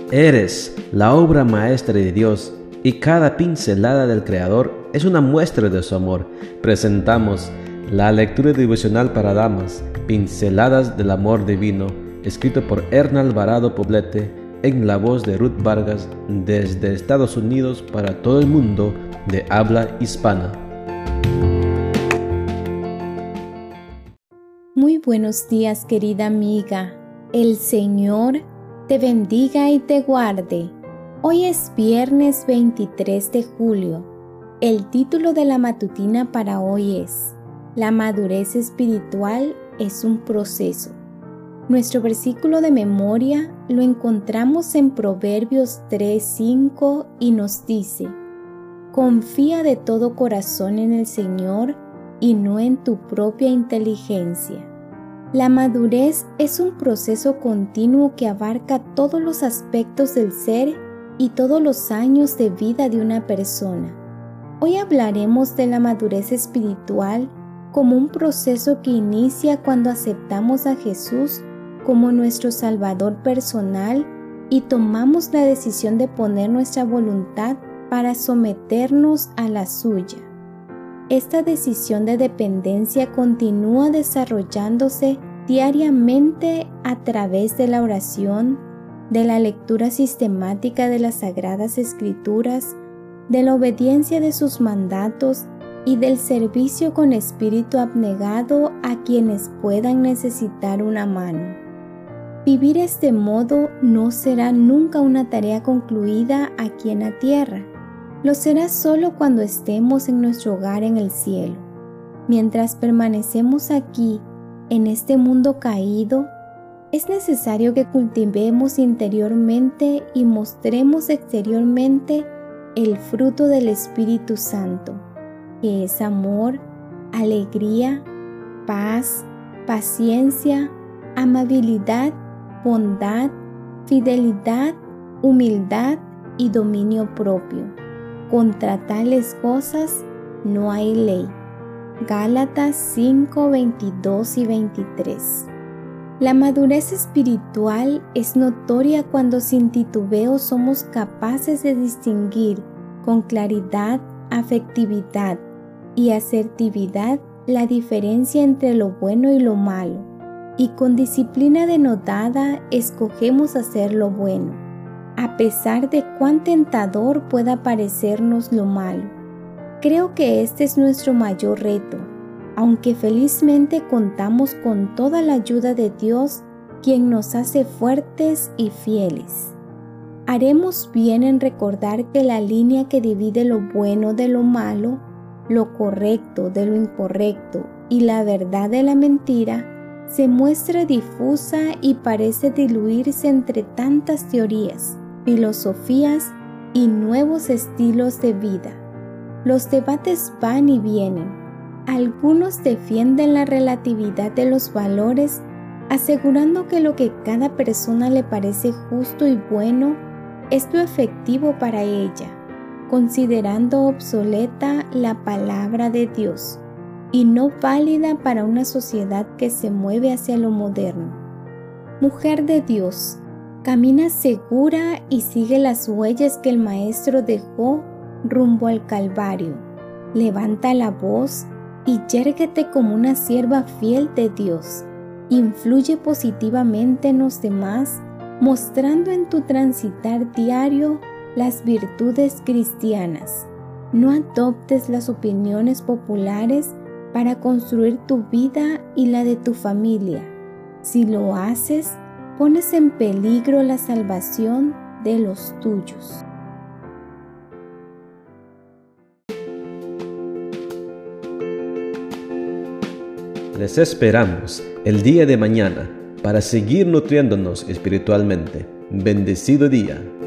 Eres la obra maestra de Dios y cada pincelada del Creador es una muestra de su amor. Presentamos la lectura devocional para damas, Pinceladas del Amor Divino, escrito por Erna Alvarado Poblete, en la voz de Ruth Vargas, desde Estados Unidos para todo el mundo de habla hispana. Muy buenos días, querida amiga. El Señor te bendiga y te guarde. Hoy es viernes 23 de julio. El título de la matutina para hoy es: La madurez espiritual es un proceso. Nuestro versículo de memoria lo encontramos en Proverbios 3:5 y nos dice: Confía de todo corazón en el Señor y no en tu propia inteligencia. La madurez es un proceso continuo que abarca todos los aspectos del ser y todos los años de vida de una persona. Hoy hablaremos de la madurez espiritual como un proceso que inicia cuando aceptamos a Jesús como nuestro Salvador personal y tomamos la decisión de poner nuestra voluntad para someternos a la suya. Esta decisión de dependencia continúa desarrollándose diariamente a través de la oración, de la lectura sistemática de las Sagradas Escrituras, de la obediencia de sus mandatos y del servicio con espíritu abnegado a quienes puedan necesitar una mano. Vivir este modo no será nunca una tarea concluida aquí en la tierra. Lo será solo cuando estemos en nuestro hogar en el cielo. Mientras permanecemos aquí, en este mundo caído, es necesario que cultivemos interiormente y mostremos exteriormente el fruto del Espíritu Santo, que es amor, alegría, paz, paciencia, amabilidad, bondad, fidelidad, humildad y dominio propio. Contra tales cosas no hay ley. Gálatas 5, 22 y 23. La madurez espiritual es notoria cuando sin titubeo somos capaces de distinguir con claridad, afectividad y asertividad la diferencia entre lo bueno y lo malo, y con disciplina denodada escogemos hacer lo bueno, a pesar de cuán tentador pueda parecernos lo malo. Creo que este es nuestro mayor reto, aunque felizmente contamos con toda la ayuda de Dios, quien nos hace fuertes y fieles. Haremos bien en recordar que la línea que divide lo bueno de lo malo, lo correcto de lo incorrecto y la verdad de la mentira, se muestra difusa y parece diluirse entre tantas teorías, filosofías y nuevos estilos de vida. Los debates van y vienen. Algunos defienden la relatividad de los valores, asegurando que lo que cada persona le parece justo y bueno es lo efectivo para ella, considerando obsoleta la palabra de Dios y no válida para una sociedad que se mueve hacia lo moderno. Mujer de Dios, camina segura y sigue las huellas que el Maestro dejó rumbo al Calvario. Levanta la voz y yérguete como una sierva fiel de Dios. Influye positivamente en los demás, mostrando en tu transitar diario las virtudes cristianas. No adoptes las opiniones populares para construir tu vida y la de tu familia. Si lo haces, pones en peligro la salvación de los tuyos. Les esperamos el día de mañana para seguir nutriéndonos espiritualmente. Bendecido día.